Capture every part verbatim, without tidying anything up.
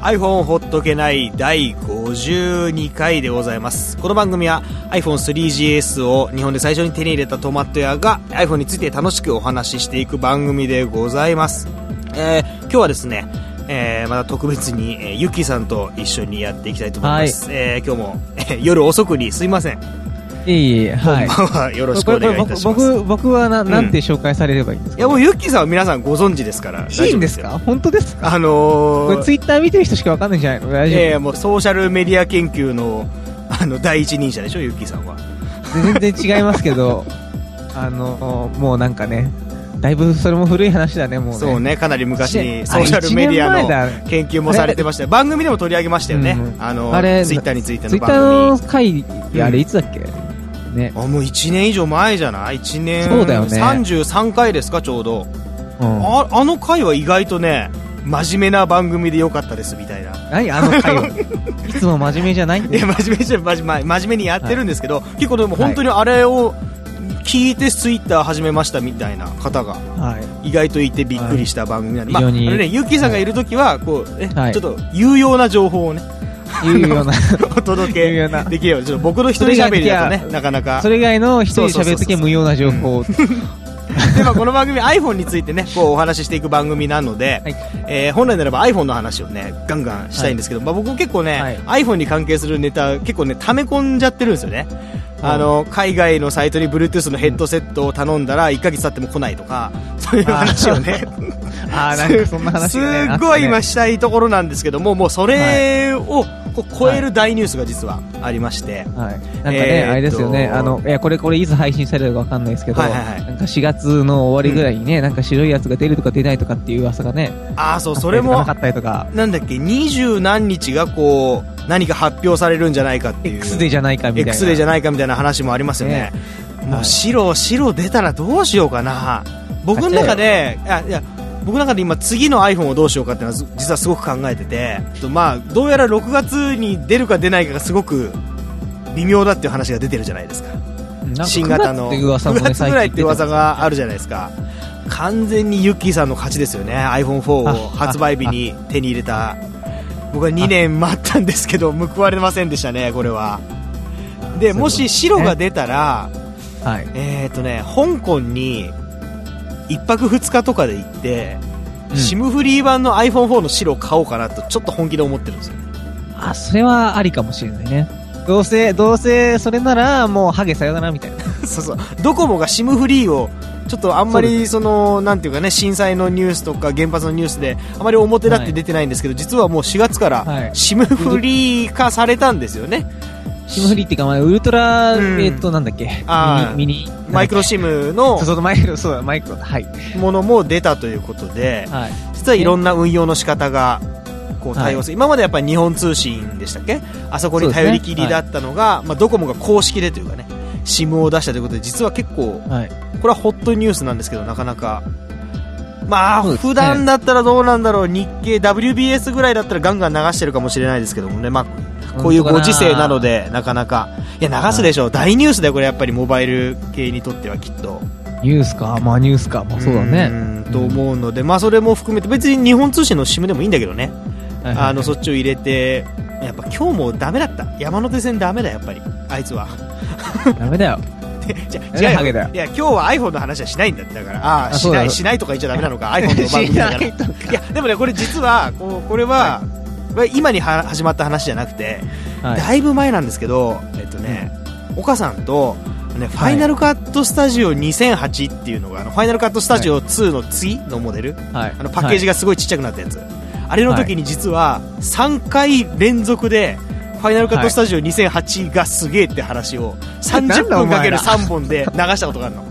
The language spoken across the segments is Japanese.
iPhone ほっとけないだいごじゅうにかいでございます。この番組は アイフォンスリージーエス を日本で最初に手に入れたトマト屋が iPhone について楽しくお話ししていく番組でございます。えー、今日はですね、えー、また特別に、えー、ゆきさんと一緒にやっていきたいと思います。はい、えー、今日も、えー、夜遅くにすいません。 いえいえ、はい。 こんばんは、よろしくお願いいたします。 僕、僕はな、なんて紹介されればいいんですか、ね、 いや、もうユッキーさんは皆さんご存知ですから。 いいんですか？本当ですか？ あのー、 これツイッター見てる人しかわかんないんじゃないの？大丈夫？ いやいや、もうソーシャルメディア研究の、あの、第一人者でしょ、ユッキーさんは。 全然違いますけど、あの、もうなんかね、だいぶそれも古い話だね、もうね。 そうね、かなり昔にソーシャルメディアの研究もされてましたよ。番組でも取り上げましたよね。うん、あの、あれツイッターについての番組。ツイッターの回、あれいつだっけ、うんね、 あ、もういちねん以上前じゃない？ いち 年。 そうだよね。 さんじゅうさんかいですか、ちょうど。うん、あ, あの回は意外とね、真面目な番組でよかったです、みたいな。 何あの回は。いつも真面目じゃないんだよ。 いや、真面目じゃ、真面目、真面目にやってるんですけど、はい、結構でも本当にあれを聞いてツイッター始めましたみたいな方が、意外といてびっくりした番組なんで。はい、まあ、あれね、ゆきさんがいるときは、こう、ね、はい、ちょっと有用な情報をね、 いうようなお届けできるように、ちょっと僕の一人喋りだとね、なかなかそれ以外の一人喋るときは無用な情報を。 で、まあ、この番組 iPhone についてね、こうお話ししていく番組なので、はい、えー、本来ならば iPhone の話をね、ガンガンしたいんですけど、はい、まあ、僕結構ね、はい、iPhone に関係するネタ結構ね、溜め込んじゃってるんですよね。あの、海外のサイトに Bluetooth のヘッドセットを頼んだらいっかげつ経っても来ないとか、そういう話をね、 あーなんかそんな話がね、 すっごい今したいところなんですけども、もうそれをこう超える大ニュースが実はありまして、 はい、なんかね、あれですよね、あの、いや、これこれいつ配信されるかわかんないですけど、はいはいはい、なんかしがつの終わりぐらいにね、うん、なんか白いやつが出るとか出ないとかっていう噂がね、 ああ、そう、それもなかったりとか、 なんだっけ、二十何日がこう何か発表されるんじゃないかっていう、 X デーじゃないかみたいな X デーじゃないかみたいな話もありますよね。ね、もう白、はい、白出たらどうしようかな。僕の中で、いやいや、僕の中で今次の iPhone をどうしようかっていうのは実はすごく考えてて、まあ、どうやらろくがつに出るか出ないかがすごく微妙だっていう話が出てるじゃないですか。新型のくがつぐらいって噂があるじゃないですか。完全にユッキーさんの勝ちですよね。 アイフォンフォー を発売日に手に入れた。僕はにねん待ったんですけど報われませんでしたね、これは。で、もし白が出たら、はい、えーとね、香港にいっぱくふつかとかで行って、うん、シムフリー版の アイフォンフォー の白を買おうかなとちょっと本気で思ってるんですよ。 あ、それはありかもしれないね。どうせどうせそれならもうハゲさよならみたいな。 そうそう、ドコモがシムフリーをちょっとあんまりそのなんていうかね、震災のニュースとか原発のニュースであまり表立って出てないんですけど、はい、実はもうしがつからシムフリー化されたんですよね。 シムフリーっていうか、まあ、ウルトラ、うん、えっとなんだっけ、 あミニマイクロシムのそうそうマイクロそうだマイクロはいものも出たということで、はい、実はいろんな運用の仕方がこう対応する、はい、今までやっぱり日本通信でしたっけ、あそこに頼りきりだったのが、ね、はい、まあ、ドコモが公式でというかね、シムを出したということで、実は結構、はい、これはホットニュースなんですけど、なかなかまあ、ね、普段だったらどうなんだろう、日経 ダブリュービーエス ぐらいだったらガンガン流してるかもしれないですけどもね、まあこういうご時世なのでなかなか、いや流すでしょう、大ニュースだよこれ、やっぱりモバイル系にとってはきっとニュースか、まあニュースか、まあそうだね、 うんと思うので、まあそれも含めて別に日本通信の シム でもいいんだけどね、はいはいはい、あのそっちを入れて、やっぱ今日もダメだった、山手線ダメだやっぱりあいつはダメだよじゃ違うよ、いや今日は iPhone の話はしないんだって、だからああしないしないとか言っちゃダメなのかiPhone の番組だからいやでもね、これ実はこうこれは、はい、今には始まった話じゃなくて、はい、だいぶ前なんですけど、えっとね、うん、岡さんと、ね、ファイナルカットスタジオにせんはちっていうのが、あのファイナルカットスタジオツーの次のモデル、はい、あのパッケージがすごいちっちゃくなったやつ、はい、あれの時に実はさんかい連続でファイナルカットスタジオにせんはちがすげえって話をさんじゅっぷんかけるさんぼんで流したことがあるの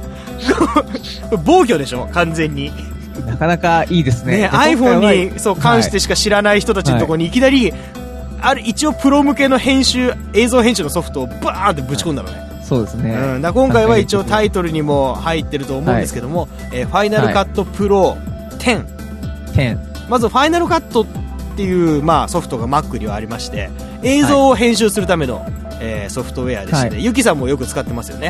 暴挙でしょ完全に。 なかなかいいですね。 ね、iPhone にそう関してしか知らない人たちのところにいきなり、はい、ある一応プロ向けの編集映像編集のソフトをバーンってぶち込んだのね、はい、 そうですね、 うん、だ今回は一応タイトルにも入ってると思うんですけども、はい、えー、ファイナルカットプロテン、 テン、 まずファイナルカットっていう、まあ、ソフトが Mac にはありまして、映像を編集するための、はい、えー、ソフトウェアでして、ね、はい、ゆきさんもよく使ってますよね。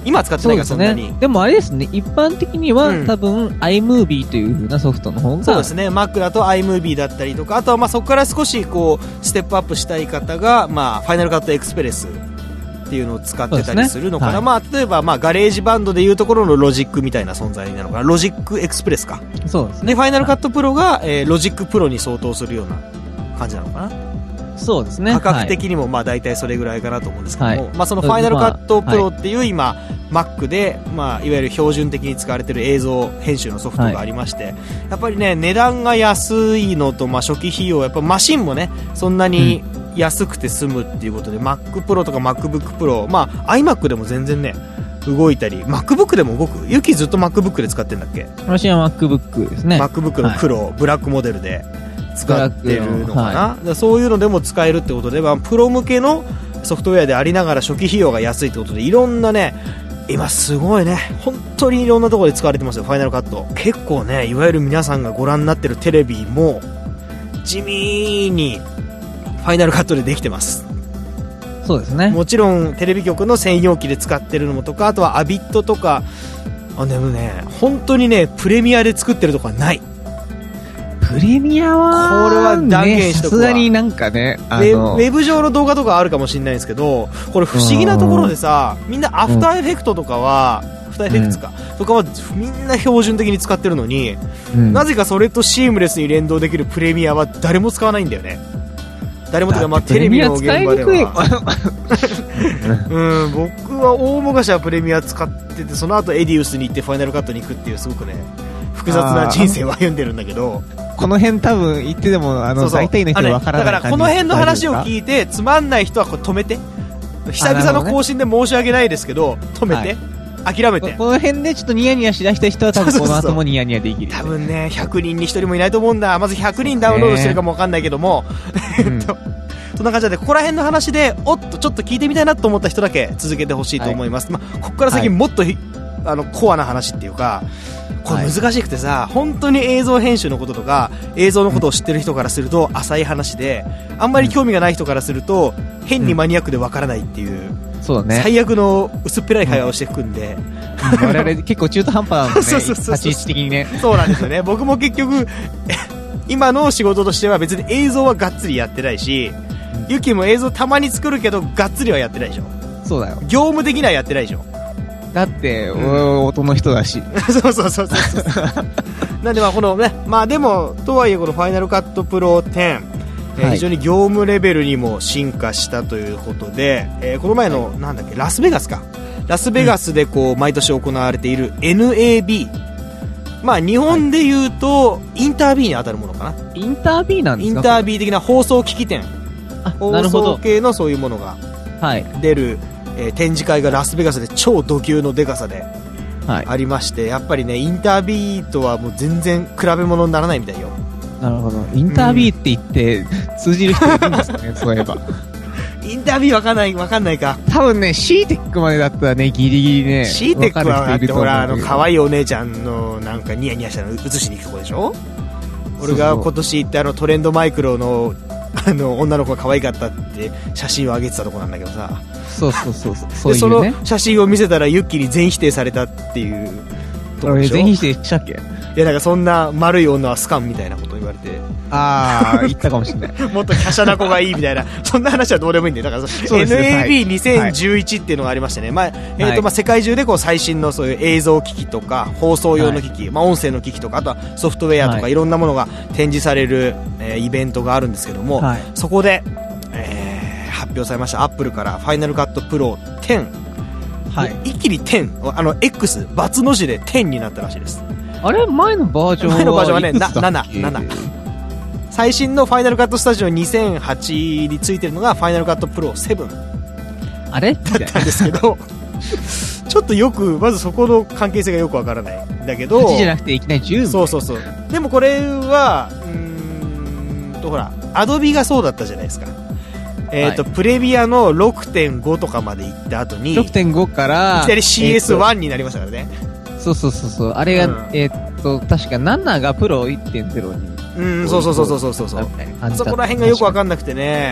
今使ってないからそんなに。 そうですね。でもあれですね、一般的には、うん、多分 iMovie という風なソフトの方が。 そうですね。Mac だと iMovie だったりとか、あとはまあそこから少しこう、ステップアップしたい方が、まあ、Final Cut Expressっていうのを使ってたりするのかな。ね、はい、まあ、例えばまあ、ガレージバンドでいうところのロジックみたいな存在なのかな。ロジックエクスプレスか。 そうですね。 で、Final Cut Pro が、えー、ロジックプロに相当するような感じなのかな。 そうですね。 価格的にもまあ大体それぐらいかなと思うんですけども、はい、まあそのファイナルカットプロっていう今、Mac で、まあいわゆる標準的に使われている映像編集のソフトがありまして、やっぱりね、値段が安いのと、まあ初期費用、やっぱマシンもね、そんなに安くて済むっていうことで、Mac Pro とか MacBook Pro、まあ iMac でも全然ね、動いたり、MacBook でも動く。ユキずっと MacBook で使ってんだっけ？ 私は MacBook ですね。 MacBook の黒、はい、ブラックモデルで。使ってるのかな、はい、そういうのでも使えるってことで、まあ、プロ向けのソフトウェアでありながら初期費用が安いってことでいろんなね今すごいね本当にいろんなところで使われてますよファイナルカット。結構ねいわゆる皆さんがご覧になってるテレビも地味にファイナルカットでできてます。 そうですね。 もちろんテレビ局の専用機で使ってるのもとか、あとはアビットとか、あでもね本当にねプレミアで作ってるとこはない。 プレミアは、 これは断言しとくわ。 さすがになんかね、 あのウェブ上の動画とかあるかもしれないんですけど、これ不思議なところでさ、みんなアフターエフェクトとかは、うん、アフターエフェクツか、うん、とかはみんな標準的に使ってるのに、うん、なぜかそれとシームレスに連動できるプレミアは誰も使わないんだよね。誰もとか、まあ、テレビの現場ではうん、僕は大昔はプレミア使ってて、その後エディウスに行ってファイナルカットに行くっていうすごくね複雑な人生を歩んでるんだけど、 この辺多分言ってでもあの大体の人は分からない感じ、ね、 だからこの辺の話を聞いてつまんない人はこれ止めて、久々の更新で申し訳ないですけど止めて、はい、諦めて、 この辺でちょっとニヤニヤしだした人は多分この後もニヤニヤできる、ね、 多分ねひゃくにんにひとりもいないと思うんだ。まずひゃくにんダウンロードしてるかも分かんないけども、えっとそんな感じでここら辺の話でおっとちょっと聞いてみたいなと思った人だけ続けてほしいと思います、はい、まあ、ここから先もっと、はい、あのコアな話っていうかこれ難しくてさ、はい、本当に映像編集のこととか映像のことを知ってる人からすると浅い話で、あんまり興味がない人からすると変にマニアックでわからないっていう、うん、そうだね、最悪の薄っぺらい会話をしていくんで、 うん、我々結構中途半端なんですね立ち位置的にね。 そうなんですよね。僕も結局今の仕事としては別に映像はがっつりやってないし、うん、ユキも映像たまに作るけどがっつりはやってないでしょ。 そうだよ。 業務的にはやってないでしょ。 だって、うん、音の人だしそうそうそうそうなんでまあこのね、まあでもとはいえこのファイナルカットプロテン、えーはい、非常に業務レベルにも進化したということで、えー、この前の、はい、なんだっけラスベガスかラスベガスでこう、うん、毎年行われている エヌエービー、まあ日本で言うと、はい、インタービーに当たるものかな。 インタービーなんですか。 インタービー的な放送機器店、放送系のそういうものが出る、はい、えー、展示会がラスベガスで超ド級のデカさでありまして、はい、やっぱりねインタービーとはもう全然比べ物にならないみたいよ。 なるほど。インタービーって言って通じる人いるんですかね、うん、そういえばインタービーわかんないわかんないか。 多分ね シーテック までだったらねギリギリねシーテック はだってほらあの可愛いお姉ちゃんのなんかニヤニヤしたの映しに行くとこでしょ。俺が今年行ってあのトレンドマイクロのあの女の子が可愛かったって写真を上げてたとこなんだけどさ。 そうそうそうそう。そういうね、 でその写真を見せたらユッキーに全否定されたっていうとこでしょ。 全否定したっけ。 いやなんかそんな丸い女はスカンみたいなこと言われて、 ああ言ったかもしれないもっと華奢な子がいいみたいなそんな話はどうでもいいんだよ。だからそ エヌエービーにせんじゅういち っていうのがありましてね、まあえーとまあ、世界中でこう最新のそういう映像機器とか放送用の機器、はい、まあ、音声の機器とかあとはソフトウェアとかいろんなものが展示される、えー、イベントがあるんですけども、はい、そこで、えー、発表されましたアップルからファイナルカットプロテン、はい、一気にじゅうあの X バツの字でじゅうになったらしいです。 あれ前のバージョンは前のバージョンはねななななな最新のファイナルカットスタジオにせんはちについてるのがファイナルカットプロセブンあれだったんですけどちょっとよくまずそこの関係性がよくわからないんだけど、はちじゃなくていきなりじゅうそうそうそう。でもこれはうーんとほらアドビがそうだったじゃないですか。えーとはい、プレビアの ろくてんご とかまで行った後にろくてんご からいきなり シーエスワン になりましたからね。 そうそうそうそう。あれが、うん、えー、っと確かなながプロ いってんゼロ に。 うん、そうそうそうそうそうそう。そこら辺がよくわかんなくてね。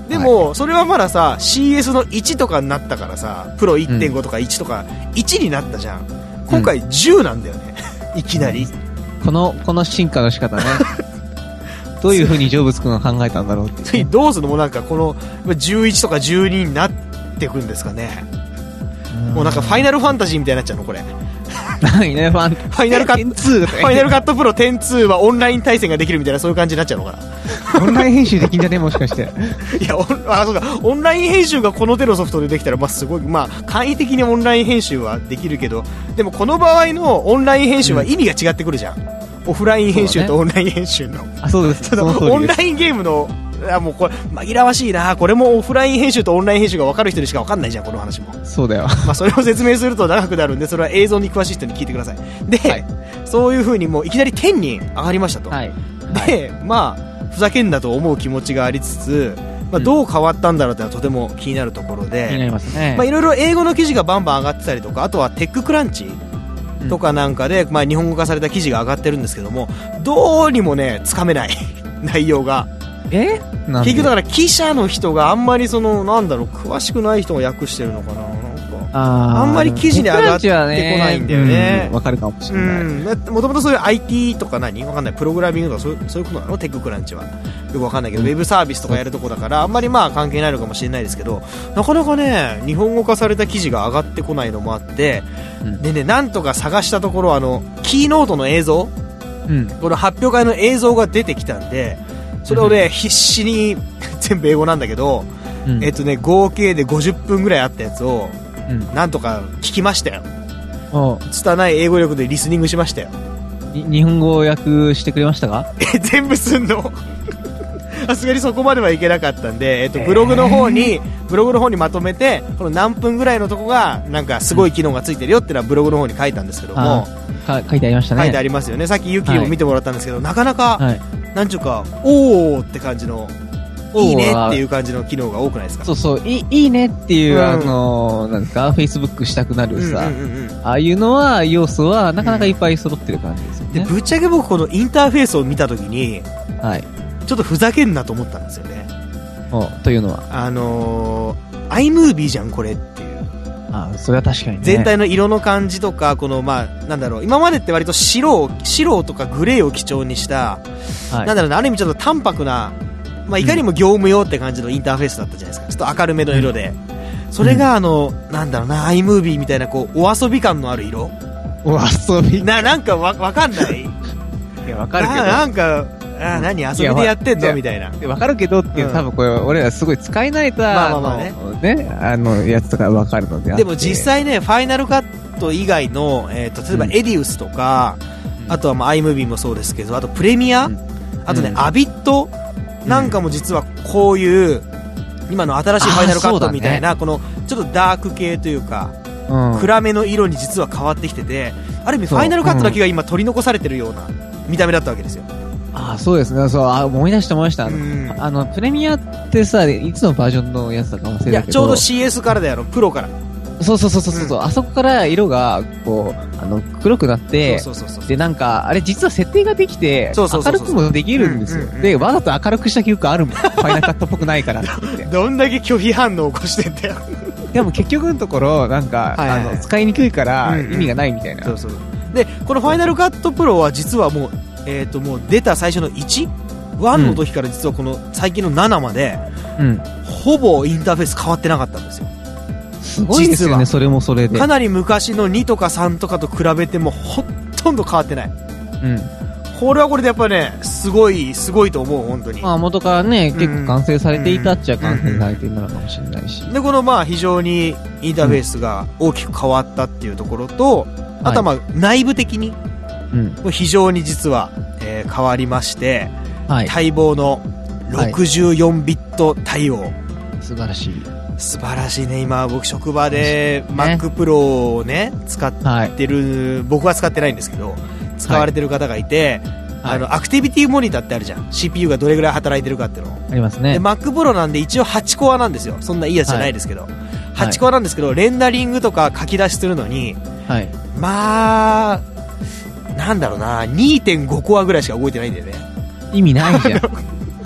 でも、はい、それはまださ シーエス のいちとかになったからさ、プロ いってんご とかいちとかいちになったじゃん。今回じゅうなんだよね、うん、いきなりこのこの進化の仕方ねどういう風にジョブズ君が考えたんだろうっていう、ね、 どうするのもなんかこのじゅういちとかじゅうにになってくんですかね。もうなんかファイナルファンタジーみたいになっちゃうのこれ何ね、ファンファイナルカットファイナルカットプロじゅうにはオンライン対戦ができるみたいな、そういう感じになっちゃうのかなオンライン編集できんじゃねもしかしていや、あ、そうか、オンライン編集がこの手のソフトでできたら、まあ、すごい、まあ、簡易的にオンライン編集はできるけど、でもこの場合のオンライン編集は意味が違ってくるじゃん、うん、オフライン編集とオンライン編集の、ね、 あ、そうです、その通りです。 オンラインゲームの、あ、もうこれ紛らわしいな、これもオフライン編集とオンライン編集が分かる人にしか分かんないじゃん、この話も。 そうだよ。 まあ、それを説明すると長くなるんで、それは映像に詳しい人に聞いてください。で、はい、そういう風にもういきなり天に上がりましたと、はい、で、はい、まあふざけんなと思う気持ちがありつつ、まあ、どう変わったんだろうというのはとても気になるところで、 気になりますね。 まあ、いろいろ英語の記事がバンバン上がってたりとか、あとはテッククランチとかなんかで、まあ、日本語化された記事が上がってるんですけども、どうにもねつかめない内容が、 えなんで結局だから記者の人があんまりそのなんだろう、詳しくない人が訳してるのかな、あ, あんまり記事に上がってこないんだよね。 わ、うん、かるかもしれない。 もともとそういう アイティー とか何わかんない、プログラミングとかそういう、そういうことなの、テッククランチは。よくわかんないけど、うん、ウェブサービスとかやるとこだから、あんまりまあ関係ないのかもしれないですけど、なかなかね、日本語化された記事が上がってこないのもあって、うん、でね、なんとか探したところ、あの、キーノートの映像、うん、この発表会の映像が出てきたんで、それをね、うん、必死に、全部英語なんだけど、うん、えっとね、合計でごじゅっぷんぐらいあったやつを、うん、なんとか聞きましたよ。拙い英語力でリスニングしましたよ。 日本語訳してくれましたか？ え、全部すんのさすがにそこまではいけなかったんで、えっと、ブログの方に、えー、ブログの方にまとめて、この何分ぐらいのとこがなんかすごい機能がついてるよっていうのはブログの方に書いたんですけども、 か書いてありましたね。 書いてありますよね。さっきユキにも見てもらったんですけど、はい、なかなか、はい、なんちゅうかおーって感じの、いいねっていう感じの機能が多くないですか？ そうそう、い い, いいねっていう、うん、あのなんですか、フェイスブックしたくなるさ、うんうんうんうん、ああいうのは要素はなかなかいっぱい揃ってる感じですよね。 で、ぶっちゃけ僕このインターフェースを見たときに、はい、ちょっとふざけんなと思ったんですよね。 おというのは、 あのー、iMovie じゃんこれっていう。 あ、それは確かにね。 全体の色の感じとか、このまあなんだろう、今までって割と白を白とかグレーを基調にした、はい、なんだろうな、ある意味ちょっと淡白な、まあ、いかにも業務用って感じのインターフェースだったじゃないですか。ちょっと明るめの色で、うん、それがあの、うん、なんだろうな、iMovie みたいなこうお遊び感のある色。 お遊びな、なんかわわかんない。 いや、わかるけど。 な, なんかあ何遊びでやってんのみたいな。 わかるけどっていう、うん、多分これ俺らすごい使い慣れた、まあまあまあね、ね、あのやつとかわかるので。 でも実際ね、ファイナルカット以外の、えー、と例えばエディウスとか、うん、あとはまあ iMovie もそうですけど、あとプレミア、うん、あとね、うん、アビットなんかも実はこういう今の新しいファイナルカットみたいな、ね、このちょっとダーク系というか、うん、暗めの色に実は変わってきてて、ある意味ファイナルカットだけが今取り残されてるような見た目だったわけですよ。 あ、そうですね。そう、あ、思い出して思いました。あの、うん、あのプレミアってさ、いつのバージョンのやつだか忘れたけど、いや、 ちょうど シーエス からだよ、プロから。 そうそうそうそうそう、うん、あそこから色がこうあの黒くなって、そうそうそうそう、でなんかあれ実は設定ができて明るくもできるんですよ。でわざと明るくした記憶あるもん。ファイナルカットっぽくないからって言って。 どんだけ拒否反応を起こしてんだよ。 でも結局のところなんか、はいはいはい、あの使いにくいから意味がないみたいな。 うんうん、そうそう。でこのファイナルカットプロは実はもうえっともう出た最初のいち、ワンの時から実はこの最近のななまで、うん、ほぼインターフェース変わってなかったんですよ。 すごいですよね。それもそれでかなり昔のにとかさんとかと比べてもほとんど変わってない。うん。これはこれでやっぱね、すごいすごいと思う本当に。 まあ元からね、結構完成されていたっちゃ完成されているのかもしれないし。 でこのまあ非常にインターフェースが大きく変わったっていうところと、うん、あとはまあ内部的に、うん、非常に実は、えー、変わりまして、はい、待望のろくじゅうよんビット対応。 素晴らしい。 素晴らしいね。今僕職場で Mac Pro をね使ってる、はい、僕は使ってないんですけど使われてる方がいて、はい、あのアクティビティモニターってあるじゃん。 シーピーユー がどれぐらい働いてるかっていうのありますね。 で Mac Pro なんで一応はちコアなんですよ。そんないいやつじゃないですけど、はい、はちコアなんですけど、レンダリングとか書き出しするのに、はい、まあなんだろうな にてんごコアぐらいしか動いてないんだよね。 意味ないじゃん。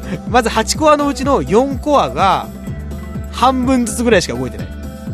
まずはちコアのうちのよんコアが半分ずつぐらいしか動いてない。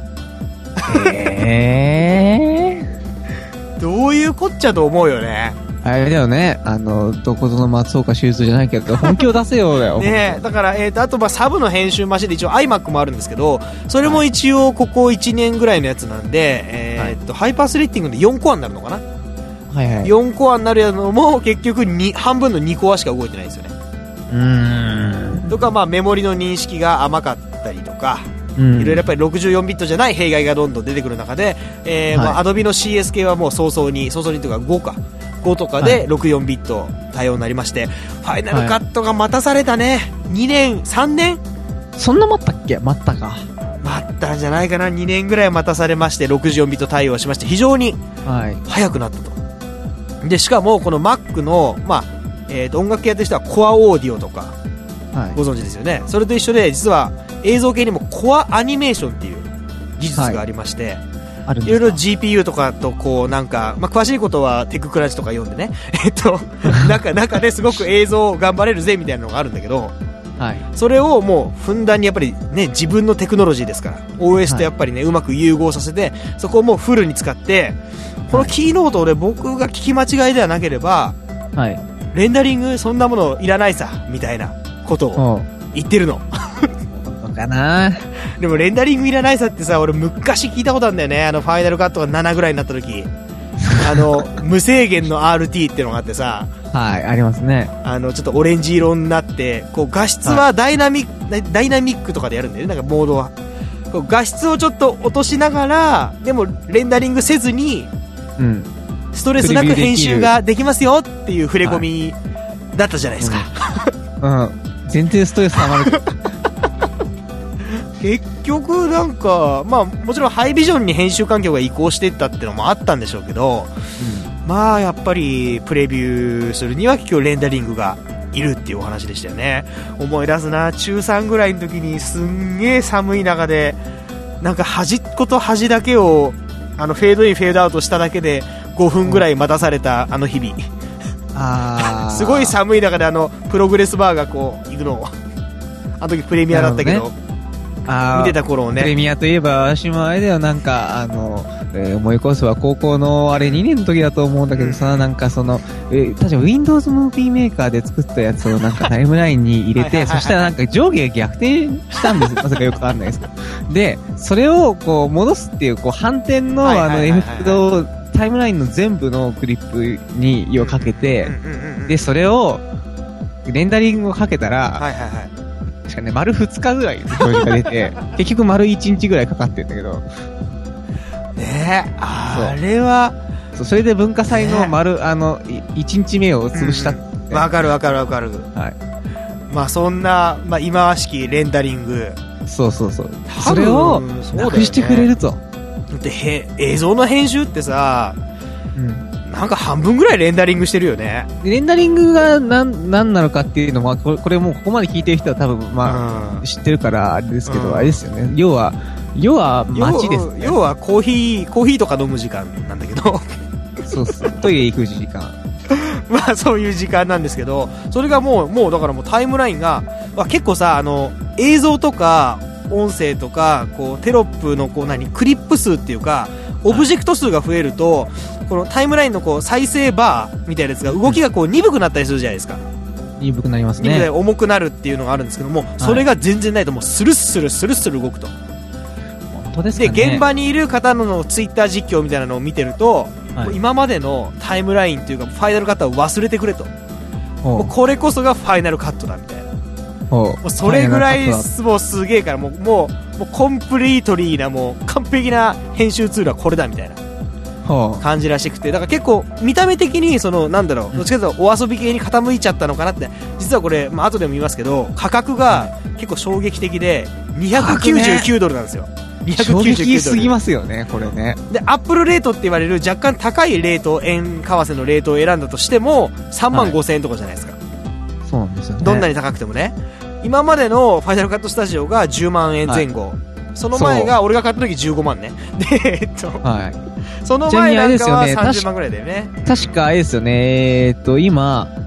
えー、どういうこっちゃと思うよね。 あれだよね、あのどこぞの松岡修造じゃないけど本気を出せよだよね。だから、えー、とあとまあサブの編集マシンで一応 iMac もあるんですけど、それも一応ここいちねんぐらいのやつなんで、えーとはい、ハイパースレッティングでよんコアになるのかな、はいはい、よんコアになるのも結局に半分のにコアしか動いてないんですよね。 うーんとか、まあ、メモリの認識が甘かったりとか、 うん、 いろいろやっぱりろくじゅうよんビットじゃない弊害がどんどん出てくる中で、えーはい、まあ、Adobe の シーエス 系はもう早々に早々にというかごかごとかでろくじゅうよんビット対応になりまして、はい、ファイナルカットが待たされたね。にねんさんねんそんな待ったっけ。待ったか待ったんじゃないかな。にねんぐらい待たされましてろくじゅうよんビット対応しまして非常に速くなったと、はい、でしかもこの Mac の、まあえー、と音楽系やってる人はコアオーディオとか、はい、ご存知ですよね。それと一緒で実は映像系にもコアアニメーションっていう技術がありまして、はい、いろいろ ジーピーユー とかとこうなんか、まあ、詳しいことはテッククランチとか読んでねえっと中, 中ですごく映像頑張れるぜみたいなのがあるんだけど、はい、それをもうふんだんにやっぱりね自分のテクノロジーですから オーエス とやっぱりね、はい、うまく融合させてそこをもうフルに使ってこのキーノートで僕が聞き間違いではなければ、はい、レンダリングそんなものいらないさみたいなことを言ってるのかな。 でもレンダリングいらないさってさ俺昔聞いたことあるんだよね。あのファイナルカットがななぐらいになった時あの無制限の アールティー っていうのがあってさ、 はいありますね。 あのちょっとオレンジ色になってこう画質はダイナミック、はい、ダイナミックとかでやるんだよね。なんかモードはこう画質をちょっと落としながらでもレンダリングせずに、うん、ストレスなく編集ができますよっていう触れ込みだったじゃないですか、 はい、うん、全然ストレスたまる結局なんかまあもちろんハイビジョンに編集環境が移行していったっていうのもあったんでしょうけど、うん、まあやっぱりプレビューするには結局レンダリングがいるっていうお話でしたよね。思い出すな、中さんぐらいの時にすんげえ寒い中でなんか端っこと端だけをあのフェードインフェードアウトしただけでごふんぐらい待たされたあの日々、あすごい寒い中であのプログレスバーがこう行くのをあの時プレミアだったけどあ見てた頃をね。 プレミアといえば私もあれだよ、なんかあの、えー、思い起こすは高校のあれにねんの時だと思うんだけどさ、うん、なんかその、えー、確か Windows ムービーメーカーで作ったやつをなんかタイムラインに入れてそしたらなんか上下が逆転したんですなぜかよくわかんないですけどでそれをこう戻すっていうこう反転のあのエフェクトをタイムラインの全部のクリップに要かけて、でそれをレンダリングをかけたら、はいはいはい、確かね、丸ふつかぐらいの表示が出て結局丸いちにちぐらいかかってるんだけどねえ、あれはそう、それで文化祭の丸、ね、あのいちにちめを潰したって、 うん、わかるわかるわかる、はい、まあそんな、まあ、忌まわしきレンダリング、 そうそうそう、それをなくしてくれると。 でへ映像の編集ってさ、うん、なんか半分ぐらいレンダリングしてるよね。 レンダリングが何何なのかっていうのはこれ、これもうここまで聞いてる人は多分まあ、うん、知ってるからあれですけど、うん、あれですよね。要は要は街ですね。 要はコーヒーコーヒーとか飲む時間なんだけど、 そうそう、トイレ行く時間。 まあそういう時間なんですけど、それがもうもうだからもうタイムラインが、まあ、結構さあの映像とか音声とかこうテロップのこう何クリップ数っていうかオブジェクト数が増えると、このタイムラインのこう再生バーみたいなやつが動きがこう鈍くなったりするじゃないですか。 鈍くなりますね。 鈍くなり重くなるっていうのがあるんですけども、それが全然ないともうスルスルスルスル動くと。 本当ですかね。 で現場にいる方のツイッター実況みたいなのを見てると、はい、今までのタイムラインっていうかファイナルカットを忘れてくれと。もうこれこそがファイナルカットだみたいな。もうそれぐらいもうすげえからもうもうもうコンプリートリーなもう完璧な編集ツールはこれだみたいな感じらしくて、だから結構見た目的にそのなんだろう、どっちかというとお遊び系に傾いちゃったのかなって。実はこれまあ後でも言いますけど価格が結構衝撃的でにひゃくきゅうじゅうきゅうドルなんですよ。にひゃくきゅうじゅうきゅうドル。衝撃すぎますよねこれね。でアップルレートって言われる若干高いレート、円為替のレートを選んだとしてもさんまんごせんえんとかじゃないですか、はい、そうなんですよね。どんなに高くてもね。今までのファイナルカットスタジオがじゅうまんえんぜん後、はい、その前が俺が買った時じゅうごまんね。で、えっと、はい、その前なんかはさんじゅうまんぐらいだよね。 確かあれですよね、えー、っと今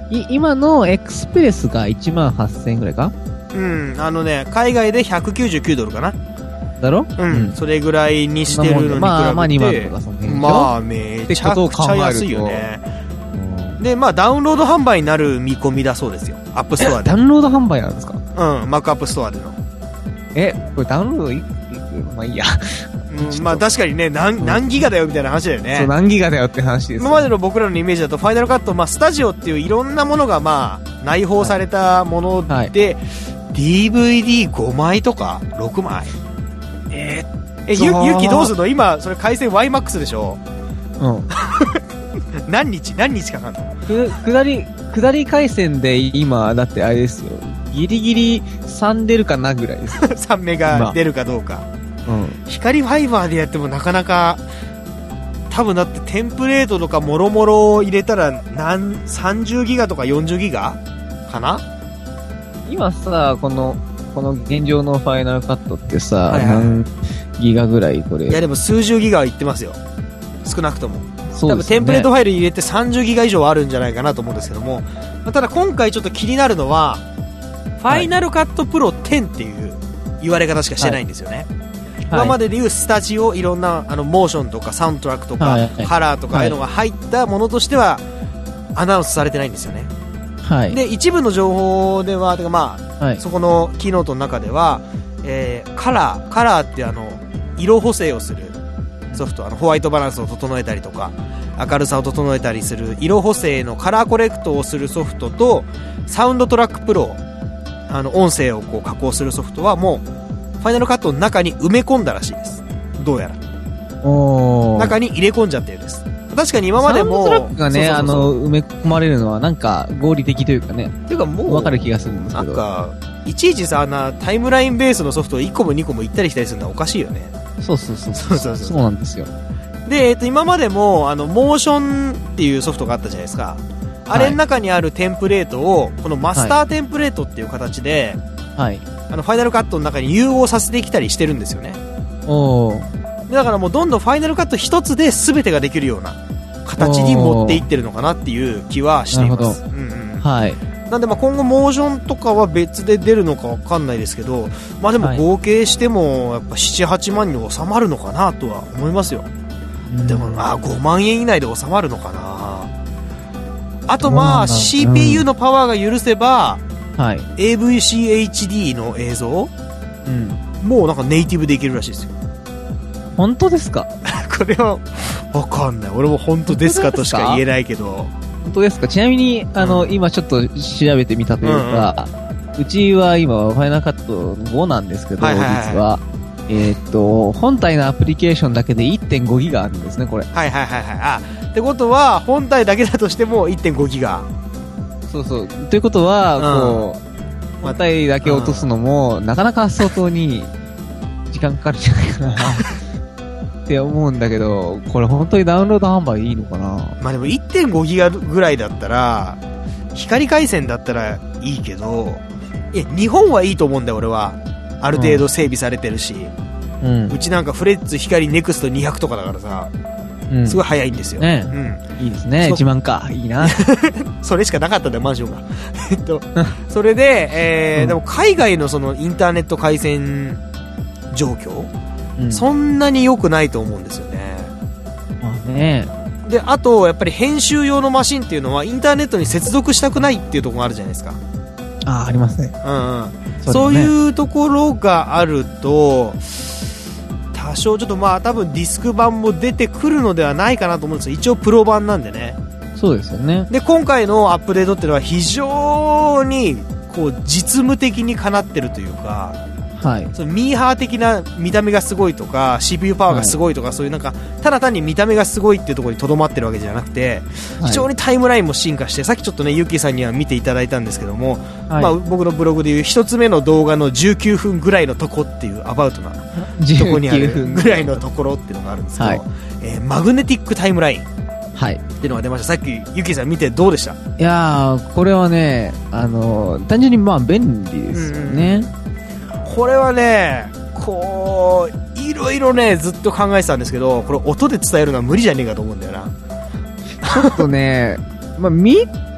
い今のエクスプレスがいちまんはっせんえんぐらいか。 うん、あのね、海外でひゃくきゅうじゅうきゅうドルかな。 だろ？ うん、うん、それぐらいにしてるのに比べて、 まあ、まあにまんとかその辺でしょ。 まあ、めちゃくちゃ安いよね。で、まあ、ダウンロード販売になる見込みだそうですよ。アップストアで。 ダウンロード販売なんですか？ うん、マックアップストアでの。 え、これダウンロードいく、まあいいや。 うん、まあ確かにね、何、何ギガだよみたいな話だよね。 そう、何ギガだよって話です。 今までの僕らのイメージだと、ファイナルカット、まあスタジオっていういろんなものがまあ、内包されたもので、はいはい、ディーブイディーごまいとかろくまい。えー、え、ゆ、ゆきどうすんの？今、それ回線 ワイマックス でしょ？うん。何日何日かかんの？ く、下り、下り回線で今、だってあれですよ。ギリギリさん出るかなぐらいですよ。 さんメガ出るかどうか。うん。光ファイバーでやってもなかなか、多分だってテンプレートとかもろもろ入れたら何、さんじゅうギガとかよんじゅうギガかな？ 今さ、この、この現状のファイナルカットってさ、はいはい、何ギガぐらいこれ？ いやでも数十ギガはいってますよ。少なくとも。 そうですね、 多分テンプレートファイル入れてさんじゅうギガ以上あるんじゃないかなと思うんですけども、まあ、ただ今回ちょっと気になるのは、ファイナルカットプロテンっていう言われ方しかしてないんですよね。はい、今まででいうスタジオ、いろんなあのモーションとかサウンドトラックとか、はい、カラーとかああいうのが入ったものとしてはアナウンスされてないんですよね。はい、で一部の情報ではてか、まあはい、そこのキーノートの中では、えー、カラーカラーってあの色補正をするソフト、あのホワイトバランスを整えたりとか明るさを整えたりする色補正のカラーコレクトをするソフトと、サウンドトラックプロ、あの音声をこう加工するソフトはもうファイナルカットの中に埋め込んだらしいです。どうやらお中に入れ込んじゃってるんです。確かに今までもサウンドトラックがね、あの埋め込まれるのはなんか合理的というかね、 ていうかもう分かる気がするんですけど、 なんかいちいちさ、あんなタイムラインベースのソフトをいっこもにこも行ったり来たりするのはおかしいよね。 そうそうそうそうそうそうなんですよ。 で、えっと、今までもあのモーションっていうソフトがあったじゃないですか。あれの中にあるテンプレートをこのマスターテンプレートっていう形で、はい、あのファイナルカットの中に融合させてきたりしてるんですよね。おー。だからもうどんどんファイナルカット一つで全てができるような形に持っていってるのかなっていう気はしています。うんうん、はい。なんでまあ今後モーションとかは別で出るのかわかんないですけど、まあでも合計してもやっぱなな、はちまんに収まるのかなとは思いますよ。でもあごまんえん以内で収まるのかな。あとまあ シーピーユー のパワーが許せば、はい、エーブイシーエイチディー の映像、うん、もうなんかネイティブでいけるらしいですよ。 本当ですか？ これはわかんない。俺も本当ですかとしか言えないけど。 本当ですか？ちなみにあの、うん、今ちょっと調べてみたというか、うんうん、うちは今ファイナルカットごなんですけど、はいはいはい、実はえー、っと本体のアプリケーションだけで いってんごギガあるんですね、これ。 はいはいはいはい。あ、ってことは本体だけだとしても いってんごギガ。 そうそう。ということは、うん、こう本体だけ落とすのも、うん、なかなか相当に時間かかるんじゃないかなって思うんだけど、これ本当にダウンロード販売いいのかな。 まあでも いってんごギガぐらいだったら光回線だったらいいけど、いや日本はいいと思うんだよ俺は。ある程度整備されてるし、うん、うちなんかフレッツ光ネクストにひゃくとかだからさ、うん、すごい早いんですよ、ね、 うん、いいですね。いちまんかいいなそれしかなかったんだよマンションがえっとそれで、えーうん、でも海外のそのインターネット回線状況、うん、そんなに良くないと思うんですよね。 まあね。 であとやっぱり編集用のマシンっていうのはインターネットに接続したくないっていうところがあるじゃないですか。 ああ、ありますね。 うんうん。そう、ね、そういうところがあると多少ちょっとまあ多分ディスク版も出てくるのではないかなと思うんですよ。一応プロ版なんでね。 そうですよね。 で今回のアップデートっていうのは非常にこう実務的にかなってるというか、はい、そのミーハー的な見た目がすごいとか シーピーユー パワーがすごいとか、はい、そういうなんかただ単に見た目がすごいっていうところにとどまってるわけじゃなくて、はい、非常にタイムラインも進化して、さっきちょっとねユッキーさんには見ていただいたんですけども、はい、まあ、僕のブログでいう一つ目の動画のじゅうきゅうふんぐらいのとこっていうアバウトなとこにあるぐらいのところっていうのがあるんですけど、はい、えー、マグネティックタイムライン、はい、っていうのが出ました。さっきユッキーさん見てどうでした？いやーこれはね、あのー、単純にまあ便利ですよね、うんうん、これはねこういろいろねずっと考えてたんですけど、これ音で伝えるのは無理じゃねえかと思うんだよな。 ちょっとねまあ見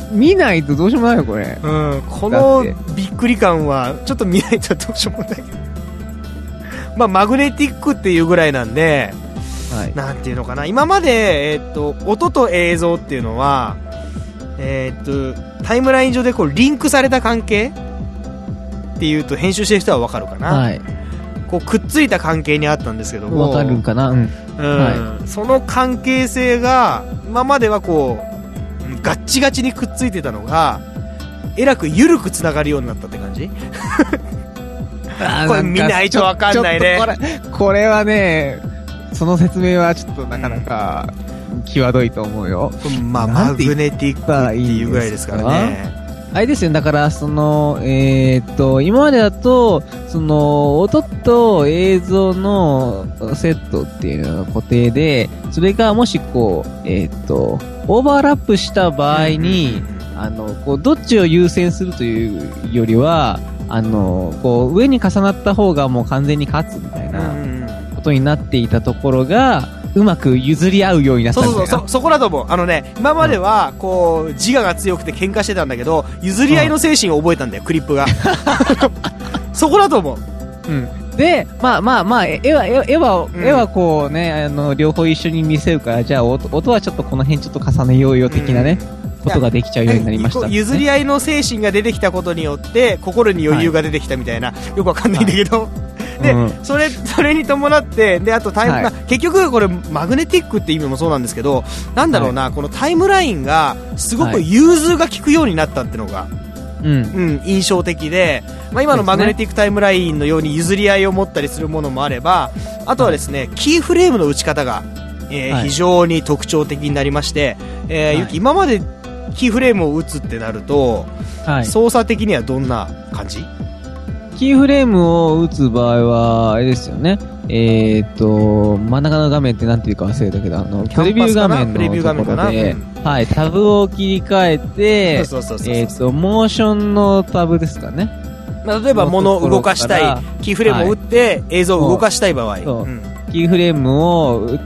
見ないとどうしようもないよ、これ。 うん。このびっくり感は、ちょっと見ないとどうしようもないけど。まあ、マグネティックっていうぐらいなんで、はい、なんていうのかな。今まで、えー、っと、音と映像っていうのは、えー、っと、タイムライン上でこう、リンクされた関係っていうと、編集してる人はわかるかな。はい。こう、くっついた関係にあったんですけども。 わかるんかな。うん。 うん、はい。その関係性が、今まではこう、ガッチガチにくっついてたのが、えらく緩く繋がるようになったって感じこれ見ないとわかんないね。 これ、これはね、その説明はちょっとなかなか、際どいと思うよ。 まあ、マグネティックっていうぐらいですからね。 あれですよ、だから、その、えー、っと、今までだと、その、音と映像のセットっていうのが固定で、それがもしこう、えー、っと、オーバーラップした場合に、あの、こう、どっちを優先するというよりは、あの、こう、上に重なった方がもう完全に勝つみたいなことになっていたところが、うまく譲り合うようになったみたいな。 そうそうそう、そこだと思う。あのね、今までは、こう、自我が強くて喧嘩してたんだけど、譲り合いの精神を覚えたんだよ、クリップが。そこだと思う。 うん。で、まあまあまあ、絵は、絵は、絵はこうね、あの、両方一緒に見せるから、じゃあ音、音はちょっとこの辺ちょっと重ねようよ的なね。うんことができちゃうようになりました、ね、 譲り合いの精神が出てきたことによって心に余裕が出てきたみたいな、はい、よくわかんないんだけど、はい、で、うん、それそれに伴ってであとタイム、はいまあ、結局これマグネティックって意味もそうなんですけどなんだろうな、はい、このタイムラインがすごく融通が効くようになったっていうのが、はいうんうん、印象的で、まあ、今のマグネティックタイムラインのように譲り合いを持ったりするものもあればあとはですね、はい、キーフレームの打ち方が、えーはい、非常に特徴的になりまして、えーはい、今までキーフレームを打つってなると、はい、操作的にはどんな感じ？ キーフレームを打つ場合は、あれですよね。えっと、真ん中の画面ってなんていうか忘れたけど、あの、プレビュー画面のところで、うん、はい、タブを切り替えて、えっと、モーションのタブですかね。 例えば物を動かしたい、キーフレームを打って、はい、映像を動かしたい場合。そううんキーフレームを打って、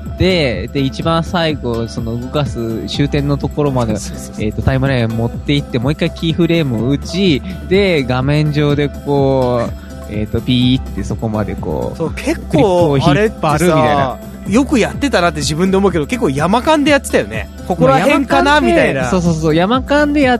で、一番最後、その動かす終点のところまで、えっと、タイムラインを持っていって、もう一回キーフレームを打ち、で、画面上でこう、えっと、ピーってそこまでこう、 そう、結構、あれってさ、よくやってたなって自分で思うけど、結構山間でやってたよね。ここら辺かなみたいな。 そうそうそう、山間でやって、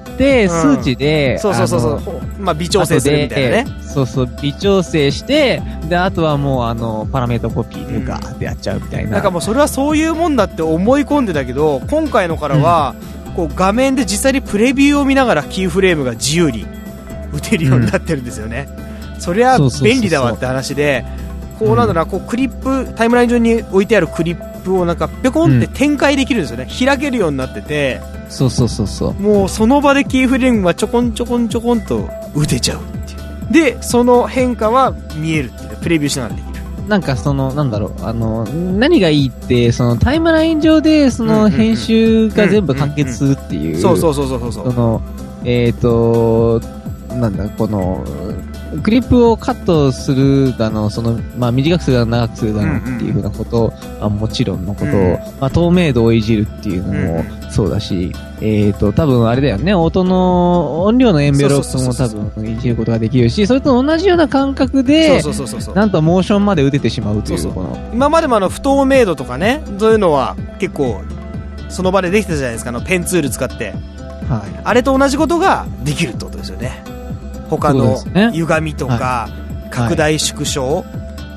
数値で、 うん、そうそうそうそう、まあ、微調整するみたいなね。 そうそう、微調整して、で、あとはもう、あの、パラメータコピーでガーってやっちゃうみたいな。 なんかもうそれはそういうもんだって思い込んでたけど、今回のからは、うん、こう画面で実際にプレビューを見ながらキーフレームが自由に打てるようになってるんですよね。うん、そりゃ便利だわって話で、こうなんだろうな、こうクリップ、タイムライン上に置いてあるクリップをなんかぴょこんって展開できるんですよね。うん、開けるようになってて。 そうそうそうそう。 もうその場でキーフレームはちょこんちょこんちょこんと打てちゃうっていう。で、その変化は見えるっていう。プレビューしながらできる。 なんかその、なんだろう、あの、何がいいって、そのタイムライン上でその編集が全部完結するっていう。 そうそうそうそうそう。 その、えっと、なんだ、この、クリップをカットするだの、その、まあ、短くするだの、長くするだのっていうふうなことはもちろんのこと、うん、まあ、透明度をいじるっていうのもそうだし、うん、えっと、多分あれだよね、音の、音量のエンベロップも多分いじることができるし、それと同じような感覚で、なんとモーションまで打ててしまうという、 そうそうこの。 今までもあの、不透明度とかね、そういうのは結構、その場でできたじゃないですか、あの、ペンツール使って。はい。あれと同じことができるってことですよね。他の歪みとか、ね、拡大縮小、はい、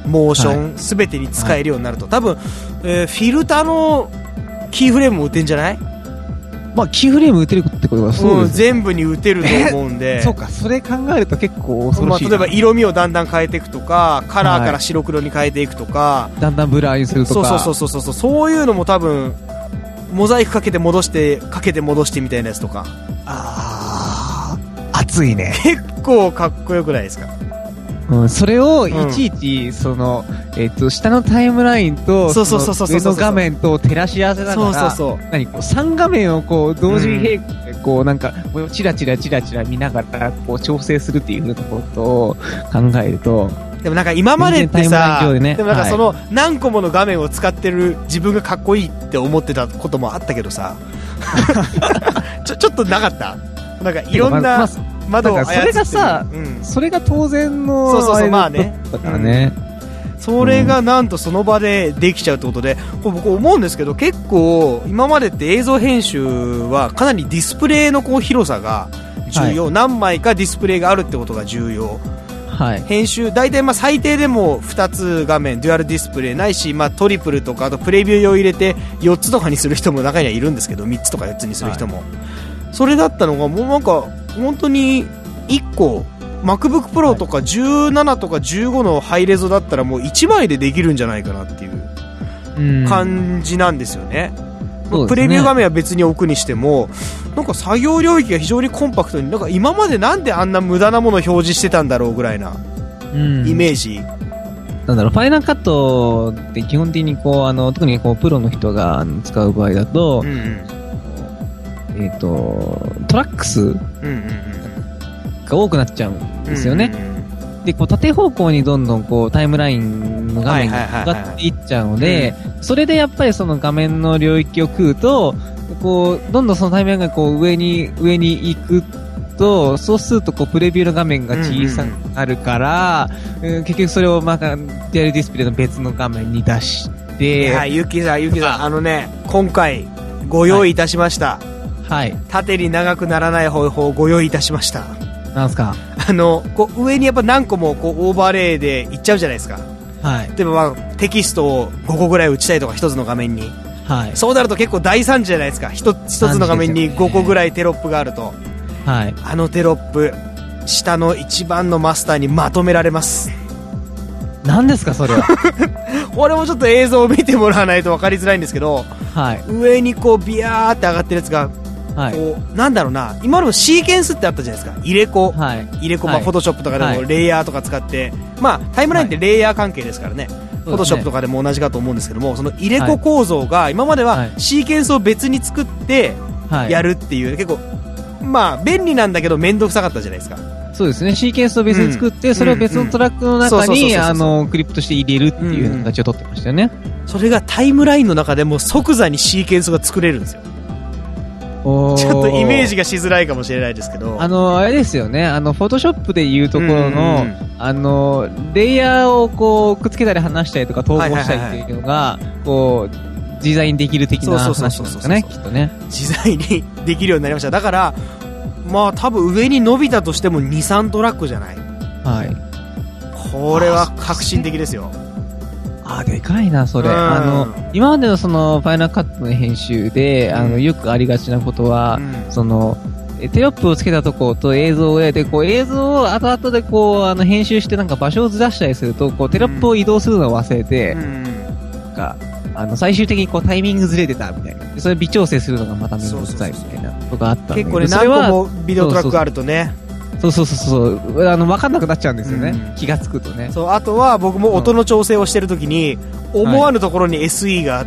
モーションすべ、はい、てに使えるようになると、多分、えー、フィルターのキーフレームも打てんじゃない？ まあ、キーフレーム打てるってことはそうです、ね、 うん、全部に打てると思うんで。 そうか、それ考えると結構恐ろしいな。 まあ、例えば色味をだんだん変えていくとか、カラーから白黒に変えていくとか、 はい、だんだんブラーにするとか。 そうそうそうそうそう、そういうのも多分、モザイクかけて戻して、かけて戻してみたいなやつとか。 あー、熱いね。 結構かっこよくないですか？ うん、それをいちいち、うん、その、えっと、下のタイムラインと、上の画面と照らし合わせながら、そうそうそう。何、こう、さん画面をこう、同時並行で、こう、なんか、チラチラチラチラ見ながら、こう、調整するっていうふうなことを考えると、 でもなんか今までってさ、でね、でもなんかその何個もの画面を使ってる自分がかっこいいって思ってたこともあったけどさ、ちょ、ちょっとなかった？ なんかいろんな窓を操ってる。 それがさ、うん、それが当然の、 そうそうそう、まあね。 だからね。 うん、それがなんとその場でできちゃうってことで、これ僕思うんですけど、結構今までって映像編集はかなりディスプレイのこう広さが重要、はい、何枚かディスプレイがあるってことが重要。はい、編集大体まあ最低でもふたつ画面デュアルディスプレイないし、まあ、トリプルとかあとプレビュー用入れてよっつとかにする人も中にはいるんですけど、みっつとかよっつにする人も、はい、それだったのがもうなんか本当にいっこ MacBook Pro とかじゅうななとかじゅうごのハイレゾだったらもういちまいでできるんじゃないかなっていう感じなんですよね。まあ、プレビュー画面は別に置くにしてもなんか作業領域が非常にコンパクトに、なんか今までなんであんな無駄なものを表示してたんだろうぐらいなイメージ、 うん、なんだろう、ファイナルカットって基本的にこうあの特にこうプロの人が使う場合だと、うんうん、えっとトラック数が多くなっちゃうんですよね、うんうんうん、でこう縦方向にどんどんこうタイムラインの画面が上がっていっちゃうので、それでやっぱりその画面の領域を食うとこうどんどんそのタイムラインがこう上に上に行くと、そうするとこうプレビューの画面が小さくなるから、うんうんうん、結局それをまあデュアルディスプレイの別の画面に出して、 いやゆきさんゆきさんあのね今回ご用意いたしました、 はい、 縦に長くならない方法をご用意いたしました。 なんすか？ あのこう上にやっぱ何個もこうオーバーレイでいっちゃうじゃないですか。 はい、 例えば、まあ、テキストをごこぐらい打ちたいとか一つの画面に、はい、そうなると結構大惨事じゃないですか。一つの画面にごこぐらいテロップがあると、はい、あのテロップ下の一番のマスターにまとめられます。 何ですかそれは？ これもちょっと映像を見てもらわないと分かりづらいんですけど、はい、上にこうビヤーって上がってるやつがはい、こうなんだろうな、今までもシーケンスってあったじゃないですか。入れ子、はい、入れ子、まあ、フォトショップとかでもレイヤーとか使って、はい、まあタイムラインってレイヤー関係ですからね、はい、フォトショップとかでも同じかと思うんですけども、その入れ子構造が今まではシーケンスを別に作ってやるっていう、はい、結構まあ便利なんだけど面倒くさかったじゃないですか。 そうですね、シーケンスを別に作って、うん、それを別のトラックの中にクリップとして入れるっていう形を取ってましたよね、 うん、それがタイムラインの中でも即座にシーケンスが作れるんですよ。ちょっとイメージがしづらいかもしれないですけど、 あのあれですよね、あのフォトショップでいうところの、あのレイヤーをこうくっつけたり離したりとか統合したりっていうのがこう自在にできる的な話なんですかね、きっとね。 自在にできるようになりました。だからまあ多分上に伸びたとしても にさんトラックじゃない。はい。これは革新的ですよ。 あ、でかいな、それ。あの、今までのその、ファイナルカットの編集で、あの、よくありがちなことは、うん、その、テロップをつけたところと映像をやで、こう、映像を後々でこう、あの、編集してなんか場所をずらしたりすると、こう、テロップを移動するのを忘れて、うん、なんか、あの、最終的にこう、タイミングずれてたみたいな。それ微調整するのがまためんどくさいみたいなことがあったんで。 結構ね、何個もビデオトラックがあるとね。 そうそうそうそう、あの分かんなくなっちゃうんですよね、うん、気がつくとね。 そう、あとは僕も音の調整をしてるときに、うん、思わぬところに エスイー があって、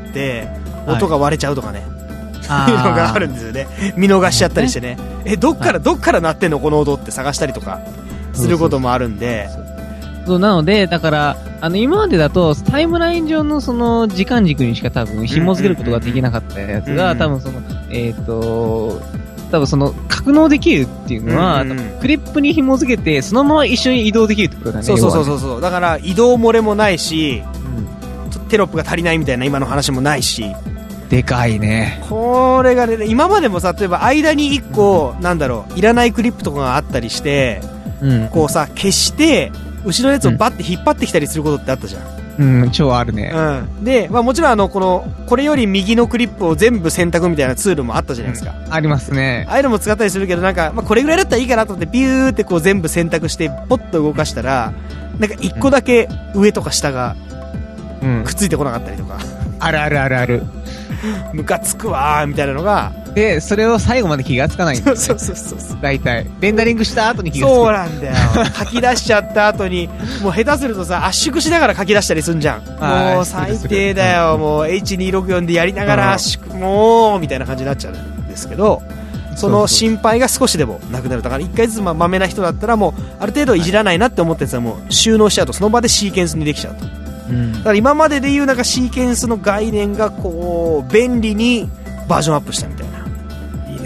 はい、音が割れちゃうとかね、はい、いうのがあるんですよね。見逃しちゃったりしてね、えどっから、はい、どっから鳴ってんのこの音って探したりとかすることもあるんで。 そうそうそうそう、なのでだからあの今までだとタイムライン上のその時間軸にしか多分紐付けることができなかったやつが、多分そのえっと多分その格納できるっていうのは、うんうんうん、クリップに紐付けてそのまま一緒に移動できるってことだね。 そうそうそうそう、だから移動漏れもないし、うん、テロップが足りないみたいな今の話もないし。 でかいね。 これがね、今までもさ、例えば間にいっこ、うん、なんだろう、いらないクリップとかがあったりして、うん、こうさ消して後ろのやつをバッて引っ張ってきたりすることってあったじゃん。 うん、超あるね。 うん。で、まあもちろんあの、この、これより右のクリップを全部選択みたいなツールもあったじゃないですか。 うん、ありますね。 ああいうのも使ったりするけど、なんか、まあこれぐらいだったらいいかなと思って、ビューってこう全部選択して、ポッと動かしたら、なんか一個だけ上とか下が、くっついてこなかったりとか。うん、 あるあるあるある。 ムカつくわーみたいなのが。 で、それを最後まで気がつかないんだよね。 そうそうそうそう。 大体。レンダリングした後に気がつく。 そうなんだよ。書き出しちゃった後に、もう下手するとさ、圧縮しながら書き出したりすんじゃん。もう最低だよ。うん、もう エイチにーろくよん でやりながら圧縮、うん、もう、みたいな感じになっちゃうんですけど、その心配が少しでもなくなる。だから一回ずつまめな人だったらもう、ある程度いじらないなって思ってたらもう収納しちゃうと、その場でシーケンスにできちゃうと。うん、だから今まででいうなんかシーケンスの概念がこう便利にバージョンアップしたみたいな。いい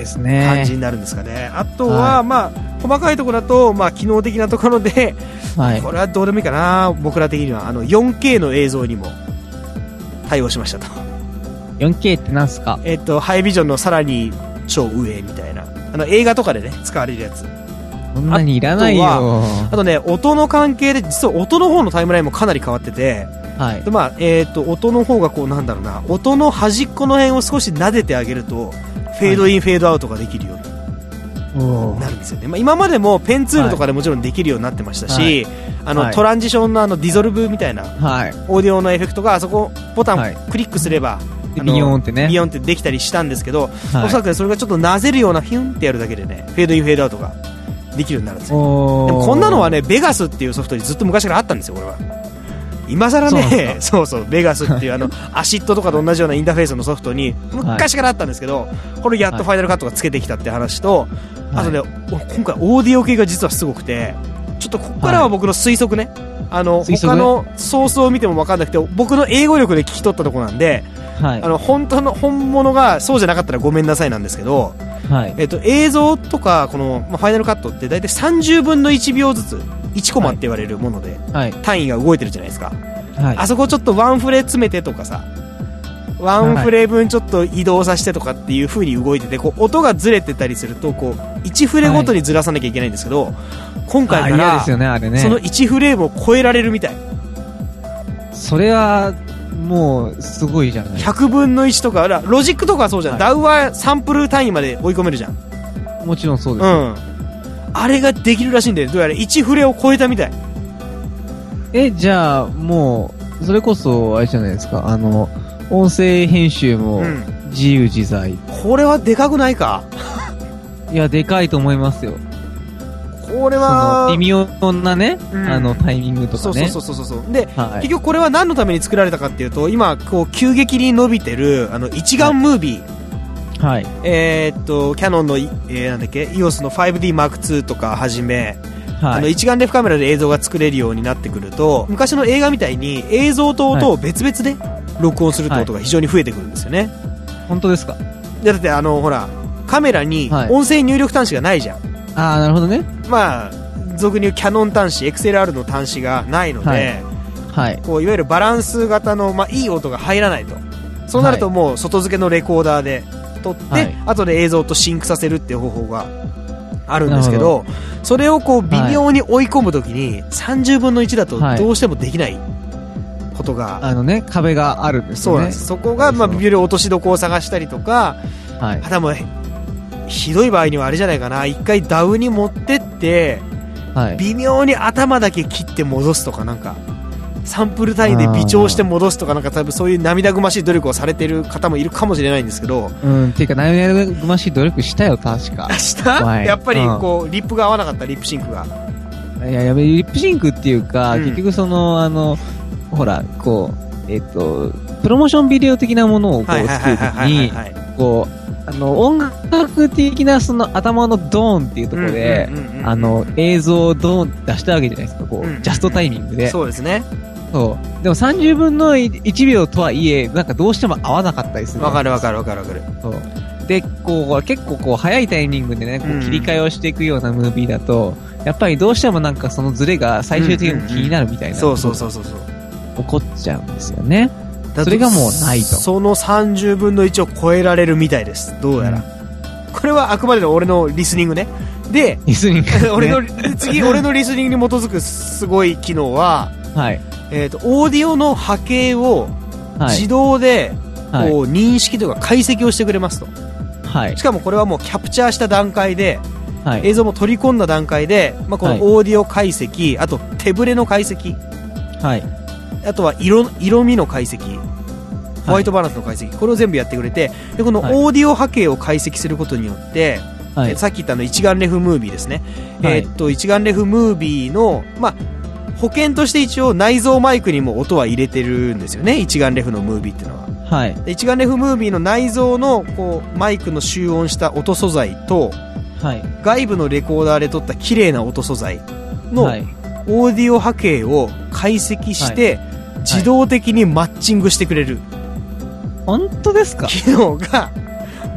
ですね。 感じになるんですかね。あとは、はい、まあ、細かいところだと、まあ、機能的なところで、はい、これはどうでもいいかな、僕ら的には。あの、よんケー の映像にも対応しましたと。 よんケー ってなんすか？ えっと、ハイビジョンのさらに超上みたいな。あの、映画とかでね、使われるやつ。 そんなにいらないよ。 あと、あとね、音の関係で、実は音の方のタイムラインもかなり変わってて、はい。で、まあ、えっと、音の方がこう、なんだろうな、音の端っこの辺を少し撫でてあげると、フェードイン、はい、フェードアウトができるようになるんですよね。まあ、今までもペンツールとかでもちろんできるようになってましたし、はい、あの、はい、トランジションのあの、ディゾルブみたいな、はい。オーディオのエフェクトが、あそこ、ボタンクリックすれば、 はい、ビヨーンってね。 ビヨーンってできたりしたんですけど、はい、おそらくそれがちょっとなぜるようなフィュンってやるだけでね、フェードイン、フェードアウトができるようになるんですよ。でもこんなのはね、ベガスっていうソフトにずっと昔からあったんですよ、これは。今更ね、そうそう、ベガスっていうあの、アシッドとかと同じようなインターフェースのソフトに昔からあったんですけど、これやっとファイナルカットがつけてきたって話と、あとね、今回オーディオ系が実はすごくて、ちょっとここからは僕の推測ね、あの、他のソースを見ても分かんなくて、僕の英語力で聞き取ったところなんで、はい、あの、本当の、本物がそうじゃなかったらごめんなさいなんですけど、はい、えっと、映像とか、この、まあ、ファイナルカットって大体さんじゅうぶんのいちびょうずつ、いちコマって言われるもので、はい、単位が動いてるじゃないですか。はい、あそこちょっとワンフレ詰めてとかさ、ワンフレ分ちょっと移動させてとかっていう風に動いてて、こう、音がずれてたりすると、こう、いちフレごとにずらさなきゃいけないんですけど、はい、今回から、ですよね、あれね、そのいちフレームを超えられるみたい。 それは、もう、すごいじゃない。 ひゃくぶんのいちとか、ロジックとかはそうじゃん。はい、ダウはサンプル単位まで追い込めるじゃん。 もちろんそうです。 うん。あれができるらしいんで、どうやらいちフレを超えたみたい。 え、じゃあ、もう、それこそ、あれじゃないですか、あの、音声編集も、自由自在、うん。 これはでかくないか？ いや、でかいと思いますよ。 これは、 微妙なね、うん、あの、タイミングとかね。 そうそうそうそうそう。で、はい、結局これは何のために作られたかっていうと、今、こう、急激に伸びてる、あの、一眼ムービー。はい。えー、っと、キヤノンの、えー、なんだっけ、イオス の ファイブディーマークツー とかはじめ、はい、あの一眼レフカメラで映像が作れるようになってくると、昔の映画みたいに映像と音を別々で録音するってことが非常に増えてくるんですよね。はい、 本当ですか？ だってあのほらカメラに音声入力端子がないじゃん。はい、 ああ、なるほどね。 まあ俗に言うキヤノン端子 エックスエルアール の端子がないので、はいはい、こういわゆるバランス型の、まあ、いい音が入らないと。そうなるともう外付けのレコーダーで撮って、はい、後で映像とシンクさせるっていう方法があるんですけど、それをこう微妙に追い込むときにさんじゅうぶんのいちだとどうしてもできないことが、はい、 あのね、壁があるんですよね。 そうなんです。そこがまあ微妙に落としどころを探したりとか、はい、ただもうひどい場合にはあれじゃないかな、一回ダウに持ってって、はい、微妙に頭だけ切って戻すとか、なんかサンプル単位で微調して戻すとか、なんか多分そういう涙ぐましい努力をされてる方もいるかもしれないんですけど、 うん、っていうか涙ぐましい努力したよ確か。 したやっぱりこう、うん、リップが合わなかった、リップシンクが。 いやいや、リップシンクっていうか、うん、結局そのあのほらこうえっとプロモーションビデオ的なものをこう作るときにこうあの音楽的なその頭のドーンっていうところで、あの映像をドーン出したわけじゃないですか、こう、うんうんうん、ジャストタイミングで。 そうですね。 そう。でもさんじゅうぶんのいちびょうとはいえ、なんかどうしても合わなかったりする。 わかるわかるわかるわかる。 そう。で、こう、結構こう、早いタイミングでね、こう切り替えをしていくようなムービーだと、うん、やっぱりどうしてもなんかそのズレが最終的に気になるみたいな。 そうそうそうそう。 起こっちゃうんですよね。それがもうないと。 そのさんじゅうぶんのいちを超えられるみたいです。どうやら。うん、これはあくまでの俺のリスニングね。で、 リスニング、ね、 俺の、次、俺のリスニングに基づくすごい機能は、はい。えっと、オーディオの波形を自動で、こう、認識というか解析をしてくれますと。はい。しかもこれはもうキャプチャーした段階で、はい。映像も取り込んだ段階で、まあ、このオーディオ解析、はい、あと手ブレの解析。はい。あとは色、色味の解析。ホワイトバランスの解析。これを全部やってくれて、で、このオーディオ波形を解析することによって、はい、さっき言ったの一眼レフムービーですね。はい、えー、っと、一眼レフムービーの、まあ、保険として一応内蔵マイクにも音は入れてるんですよね。一眼レフのムービーっていうのは。はい。一眼レフムービーの内蔵のこうマイクの集音した音素材と、はい。外部のレコーダーで撮った綺麗な音素材のオーディオ波形を解析して、はい、自動的にマッチングしてくれる。 本当ですか？ 機能が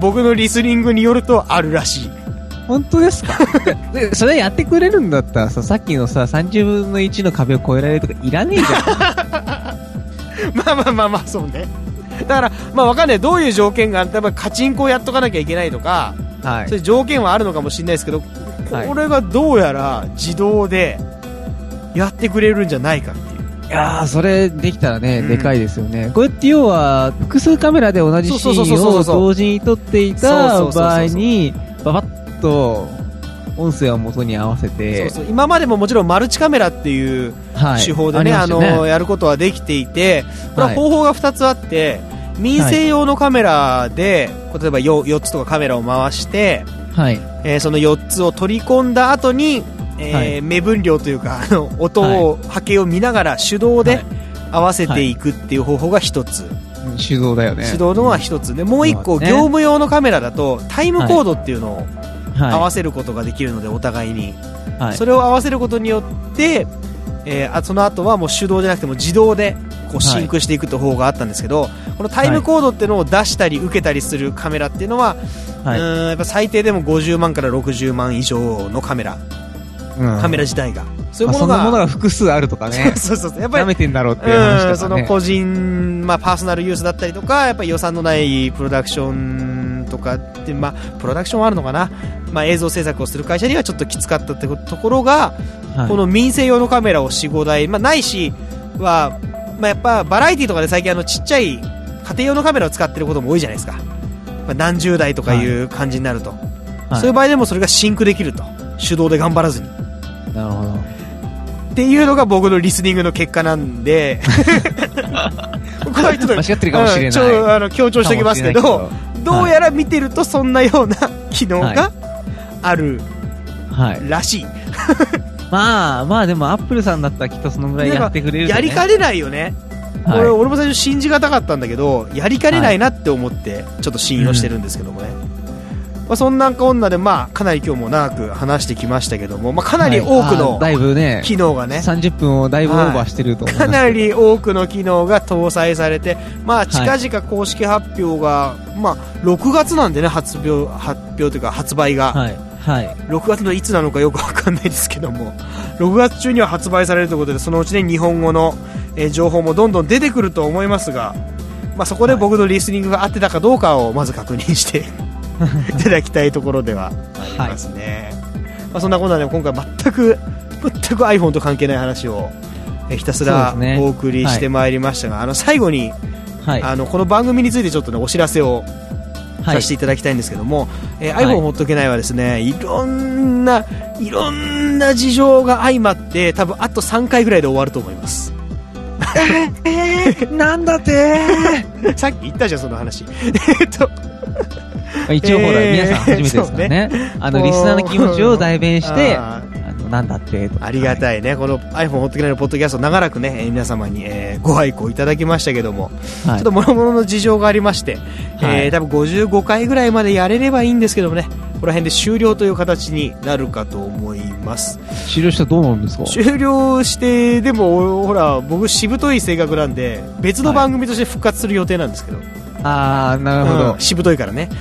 僕のリスニングによるとあるらしい。 本当ですか？で、それやってくれるんだったらさ、さっきのさ、さんじゅうぶんのいちの壁を越えられるとかいらねえじゃん。 まあまあまあまあ、そうね。だから、まあわかんない。どういう条件があったら、カチンコをやっとかなきゃいけないとか、はい、そういう条件はあるのかもしれないですけど、これがどうやら自動でやってくれるんじゃないかっていう。 いやー、それできたらね、うん、でかいですよね。これって要は、複数カメラで同じシーンを同時に撮っていた場合に、ババッと音声を元に合わせて、 そうそう、今までももちろんマルチカメラっていう手法でね、はい、あの、ね、やることはできていて、これは方法がふたつあって、はい、民生用のカメラで、はい、例えば 4, よっつとかカメラを回して、はい、えー、そのよっつを取り込んだ後に、えーはい、目分量というか、あの音を、はい、波形を見ながら手動で合わせていくっていう方法がひとつ。はいはい、手動だよね。 手動のはひとつで、もういっこ、ね、業務用のカメラだとタイムコードっていうのを合わせることができるので、お互いに、はい、それを合わせることによって、えー、その後はもう手動じゃなくても自動でこうシンクしていくという方法があったんですけど、はい、このタイムコードっていうのを出したり受けたりするカメラっていうのは、はい、うーん、やっぱ最低でもごじゅうまんからろくじゅうまん以上のカメラ、うん、カメラ自体がそういうものが、まあ、そんなものが複数あるとかね。そうそうそう。やっぱり舐めてんだろうっていう話とかね。 その個人、まあパーソナルユースだったりとか、やっぱり予算のないプロダクションとかって、まあプロダクションはあるのかな。まあ映像制作をする会社にはちょっときつかったってところが、はい、この民生用のカメラをよん、ごだい、まあないしは、まあやっぱバラエティとかで最近あのちっちゃい家庭用のカメラを使ってることも多いじゃないですか。まあ何十台とかいう感じになると。はい、そういう場合でもそれがシンクできると。手動で頑張らずに。 なるほど。 っていうのが僕のリスニングの結果なんでこれはちょっと間違ってるかもしれない、 うん、あの強調しておきますけど、ど, どうやら見てるとそんなような機能があるらしい、はいはい、 まあまあでもアップルさんだったらきっとそのぐらいやってくれる、ね、 やりかねないよね、はい、俺, 俺も最初信じがたかったんだけどやりかねないなって思ってちょっと信用してるんですけどもね、はい、まあ、そんなこんなで、まあ、かなり今日も長く話してきましたけども、まあ、かなり多くの機能がね、 さんじゅっぷんをだいぶオーバーしてると思います、 はい、かなり多くの機能が搭載されて、まあ、近々公式発表が、まあ、ろくがつなんでね、発表、発表というか発売が、はいはい、ろくがつのいつなのかよくわかんないですけども、ろくがつ中には発売されるということで、そのうちね、日本語の、えー、情報もどんどん出てくると思いますが、まあ、そこで僕のリスニングが合ってたかどうかをまず確認して、いただきたいところではありますね、はい、まあ、そんなことで今回全く全く iPhone と関係ない話をえひたすらお送りしてまいりましたが、ね、はい、あの最後に、はい、あのこの番組についてちょっと、ね、お知らせをさせていただきたいんですけども、はい、えー、iPhone ほっとけないはですね、いろんないろんな事情が相まって多分あとさんかいぐらいで終わると思います。 えー、えー、なんだってさっき言ったじゃんその話えっと一応ほら、えー、皆さん初めてですからね、ね、あのリスナーの気持ちを代弁してあのなんだってとありがたいね、はい、この iPhone ほっとけないのポッドキャスト長らくね皆様に、えー、ご愛顧いただきましたけども、はい、ちょっと諸々の事情がありまして、はい、えー、多分ごじゅうごかいぐらいまでやれればいいんですけどもね、この辺で終了という形になるかと思います。 終了したらどうなるんですか？ 終了してでもほら僕しぶとい性格なんで別の番組として復活する予定なんですけど、はい、 あーなるほど、 うん、しぶといからね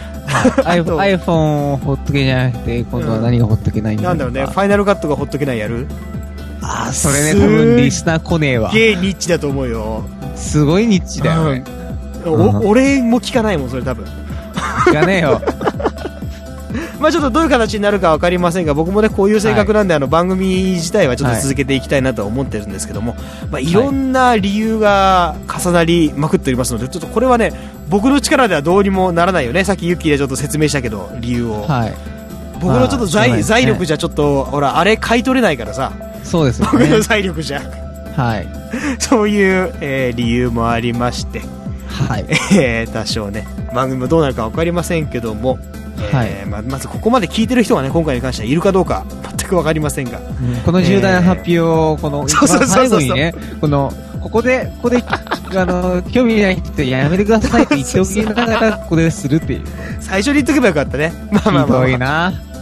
iPhone ほっとけじゃなくて今度は何がほっとけないんだ、 うん、なんだろうね、ファイナルカットがほっとけないやる。 あーそれね多分リスナー来ねえわ。 ゲーニッチだと思うよ。 すごいニッチだよね、 うん、お俺も聞かないもんそれ多分聞かねえよまあちょっとどういう形になるか分かりませんが、僕もねこういう性格なんで、はい、あの番組自体はちょっと続けていきたいなとは思ってるんですけども、はい、まあ、いろんな理由が重なりまくっておりますので、ちょっとこれはね僕の力ではどうにもならないよね。さっきユッキーでちょっと説明したけど理由を、はい、僕のちょっと 財,、ね、財力じゃちょっとほらあれ買い取れないからさ。 そうですよね、 僕の財力じゃはいそういう、えー、理由もありまして、はい、えー、多少ね番組もどうなるか分かりませんけども、はい、えーまあ、まずここまで聞いてる人がね今回に関してはいるかどうか全く分かりませんが、うん、 この重大な発表をこの最後にねこのここでここであの興味ない人やめてくださいって言っておきながらここでするっていう最初に言っとけばよかったね。まあまあまあ、 ひどいな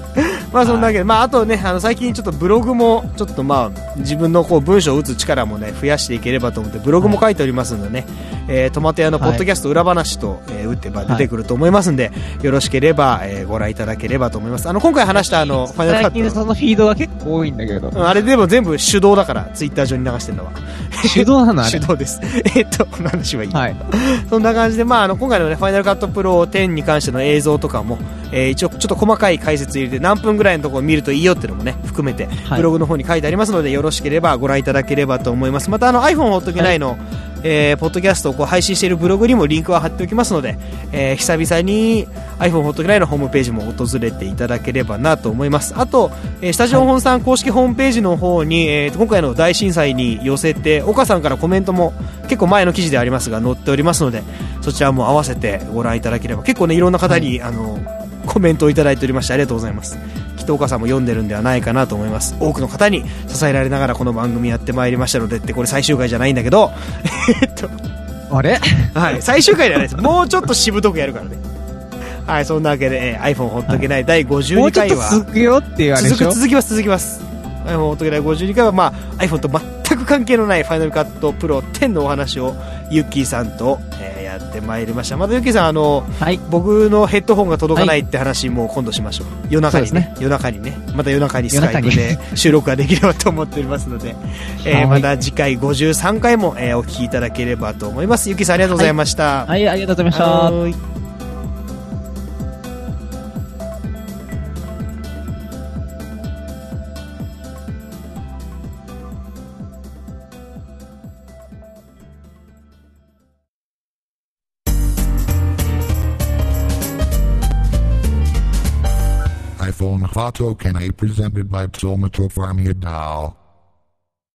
まあそんなわけで、まああとね、あの最近ちょっとブログもちょっとまあ自分のこう文章を打つ力もね増やしていければと思ってブログも書いておりますのでね、えー、トマト屋のポッドキャスト裏話と、えー、打ってば出てくると思いますんで、はい、よろしければ、えー、ご覧いただければと思います。あの今回話したあのファイナルカット、 最近そのフィードが結構多いんだけど、 うん、あれでも全部手動だからツイッター上に流してるのは手動なのあれ手動です。えっと何しはいい、 はい、 そんな感じで、まあ、あの今回のねファイナルカットプロテンに関しての映像とかも、えー、一応ちょっと細かい解説入れて何分ぐらいのところを見るといいよっていうのもね含めてブログの方に書いてありますので、はい、よろしければご覧いただければと思います。またあの iPhone ほっとけないの、はい、えー、ポッドキャストをこう配信しているブログにもリンクは貼っておきますので、えー、久々に iPhone ほっとけないのホームページも訪れていただければなと思います。あと、えー、スタジオ本さん公式ホームページの方に、えー、今回の大震災に寄せて岡さんからコメントも結構前の記事でありますが載っておりますので、そちらも合わせてご覧いただければ、結構ねいろんな方に、はい、あのコメントをいただいておりましてありがとうございます。きっと岡さんも読んでるんではないかなと思います。多くの方に支えられながらこの番組やってまいりましたのでって、これ最終回じゃないんだけどえっとあれはい、最終回じゃないです。もうちょっとしぶとくやるからね。はい、そんなわけで、えー、iPhone ほっとけない、はい、だいごじゅうにかいはもうちょっと続くよっていうあれでしょ。 続く続きます続きます。 iPhone ほっとけないごじゅうにかいは、まあ、iPhone と全く関係のないファイナルカットプロテンのお話をユッキーさんと、えー、やってまいりました。またユッキーさん、あの、はい、僕のヘッドホンが届かないって話も今度しましょう。夜中に ね, ね夜中にねまた夜中にスカイプで収録ができればと思っておりますので、えー、また次回ごじゅうさんかいも、えー、お聞きいただければと思います。ユッキーさんありがとうございました。 はい、はい、ありがとうございました。はい。 iPhone Hot Token presented by Tomato Farmia Doll.